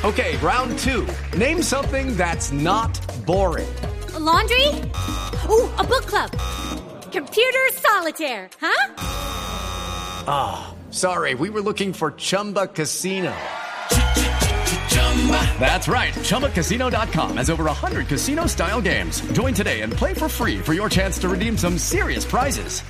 Okay, round two. Name something that's not boring. A laundry? Ooh, a book club. Computer solitaire, huh? Ah, sorry, we were looking for Chumba Casino. That's right. ChumbaCasino.com has over 100 casino-style games. Join today and play for free for your chance to redeem some serious prizes.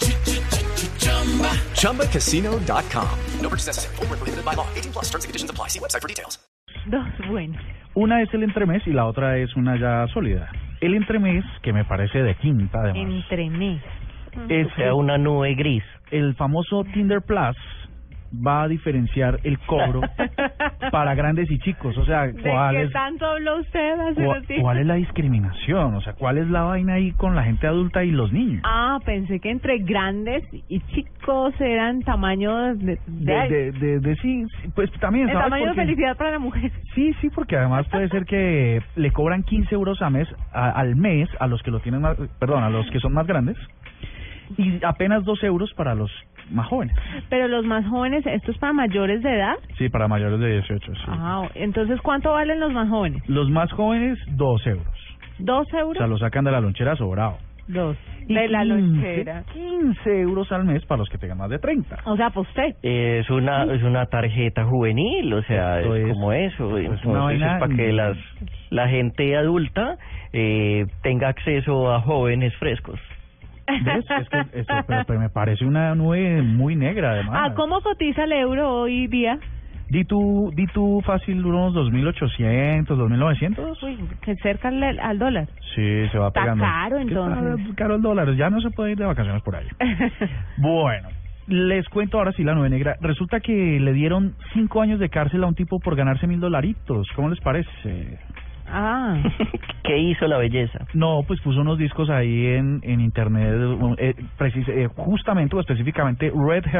ChumbaCasino.com. No purchase necessary. Void where prohibited by law. 18+ terms and conditions apply. See website for details. Dos, bueno. Una es el entremés y la otra es una ya sólida. El entremés, que me parece de quinta además, Entremés. es O sea, una nube gris. el famoso Tinder Plus va a diferenciar el cobro para grandes y chicos. O sea, ¿De qué tanto habló usted hace ratito? ¿cuál es la discriminación? O sea, ¿cuál es la vaina ahí con la gente adulta y los niños? Ah, pensé que entre grandes y chicos eran tamaños de Sí, pues también, el ¿sabes? tamaño de Porque- felicidad para la mujer. Sí, porque además puede ser que le cobran 15 euros al mes a los que lo tienen a los que son más grandes, y apenas 2 euros para los más jóvenes. Pero los más jóvenes, ¿esto es para mayores de edad? Sí, para mayores de 18, sí. Ah, entonces, ¿cuánto valen los más jóvenes? Los más jóvenes, 2 euros. ¿2 O euros? sea, lo sacan de la lonchera sobrado. 2. Y De la 15 lonchera. 15 euros al mes para los que tengan más de 30. O sea, pues usted. Es una tarjeta juvenil, o sea, Esto es como eso. una Entonces, vaina- es para que la gente adulta tenga acceso a jóvenes frescos. ¿Ves? Es que esto, pero me parece una nube muy negra además. Ah, ¿cómo cotiza el euro hoy día? Di tú fácil unos 2.800, 2.900. Uy, que cerca al dólar. Sí, se va Está pegando. caro, Es que entonces. está caro el dólar, ya no se puede ir de vacaciones por ahí. Bueno, les cuento ahora sí la nube negra. Resulta que le dieron 5 años de cárcel a un tipo por ganarse $1.000. ¿Cómo les parece? Ah, ¿Qué hizo la belleza? No, pues puso unos discos ahí en internet, justamente o específicamente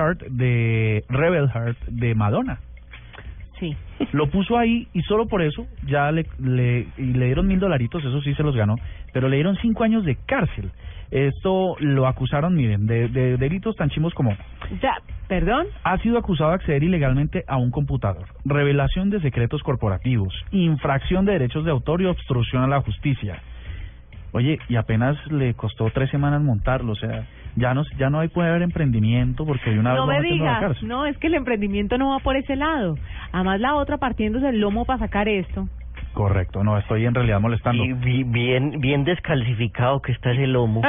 Rebel Heart de Madonna. sí. Lo puso ahí y solo por eso ya le dieron $1.000, eso sí se los ganó, pero le dieron 5 años de cárcel. Esto lo acusaron, miren, de delitos tan chimos como: Ya, perdón. ha sido acusado de acceder ilegalmente a un computador, revelación de secretos corporativos, infracción de derechos de autor y obstrucción a la justicia. Oye, y apenas le costó 3 semanas montarlo, o sea, ya no puede haber emprendimiento porque de una vez No lo me meten a la digas, cárcel. no, es que el emprendimiento no va por ese lado. Además, la otra partiéndose el lomo para sacar esto. Correcto, no, estoy en realidad molestando. Y bien descalcificado que está ese lomo.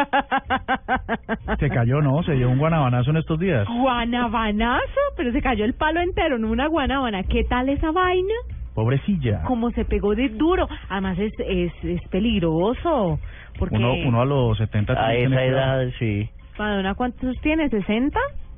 Se cayó, ¿no? Se dio un guanabanazo en estos días. Guanabanazo, pero se cayó el palo entero, no una guanabana. ¿Qué tal esa vaina? Pobrecilla. Como se pegó de duro. Además es peligroso. Porque Uno a los 70 A tiene esa que- edad, sí. Madonna, ¿cuántos tiene? ¿60?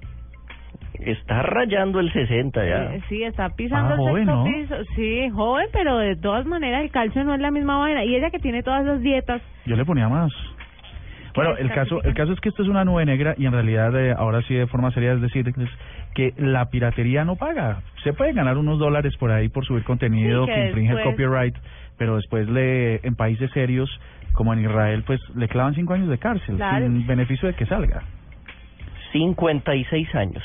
Está rayando el 60 ya. Sí, está pisando Ah, el joven, sexto ¿no? piso. Sí, joven, pero de todas maneras el calcio no es la misma vaina. Y ella que tiene todas las dietas. Yo le ponía más. Bueno, el caso es que esto es una nube negra y en realidad ahora sí de forma seria es decir que la piratería no paga. Se puede ganar unos $, por ahí por subir contenido Sí, que que infringe el después- copyright, pero después en países serios como en Israel pues le clavan 5 años de cárcel Claro. sin beneficio de que salga. 56 años.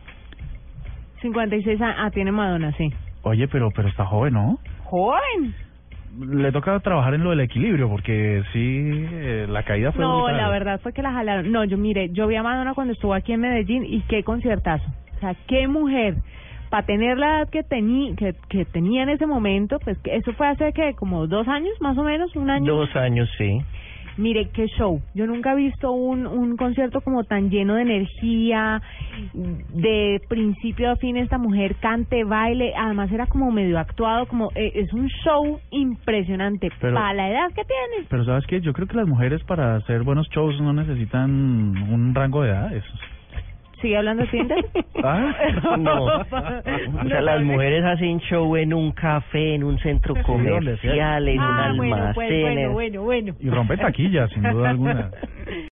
56 años. Ah, tiene Madonna, sí. Oye, pero está joven, ¿no? ¡Joven! Le toca trabajar en lo del equilibrio porque sí, la caída fue No, brutal. la verdad fue que la jalaron. No, yo vi a Madonna cuando estuvo aquí en Medellín y qué conciertazo. O sea, qué mujer. Para tener la edad que tenía en ese momento, pues que eso fue hace que como 2 años, más o menos, 1 año. 2 años, sí. Mire, qué show. Yo nunca he visto un concierto como tan lleno de energía, de principio a fin esta mujer cante, baile, además era como medio actuado, como es un show impresionante Pero- para la edad que tiene. Pero ¿sabes qué? Yo creo que las mujeres para hacer buenos shows no necesitan un rango de edades. ¿Sigue hablando de Tinder? ¿Ah? No. O sea, las mujeres hacen show en un café, en un centro donde sea. comercial, en un Ah, bueno, almacén. bueno. Y rompe taquillas, sin duda alguna.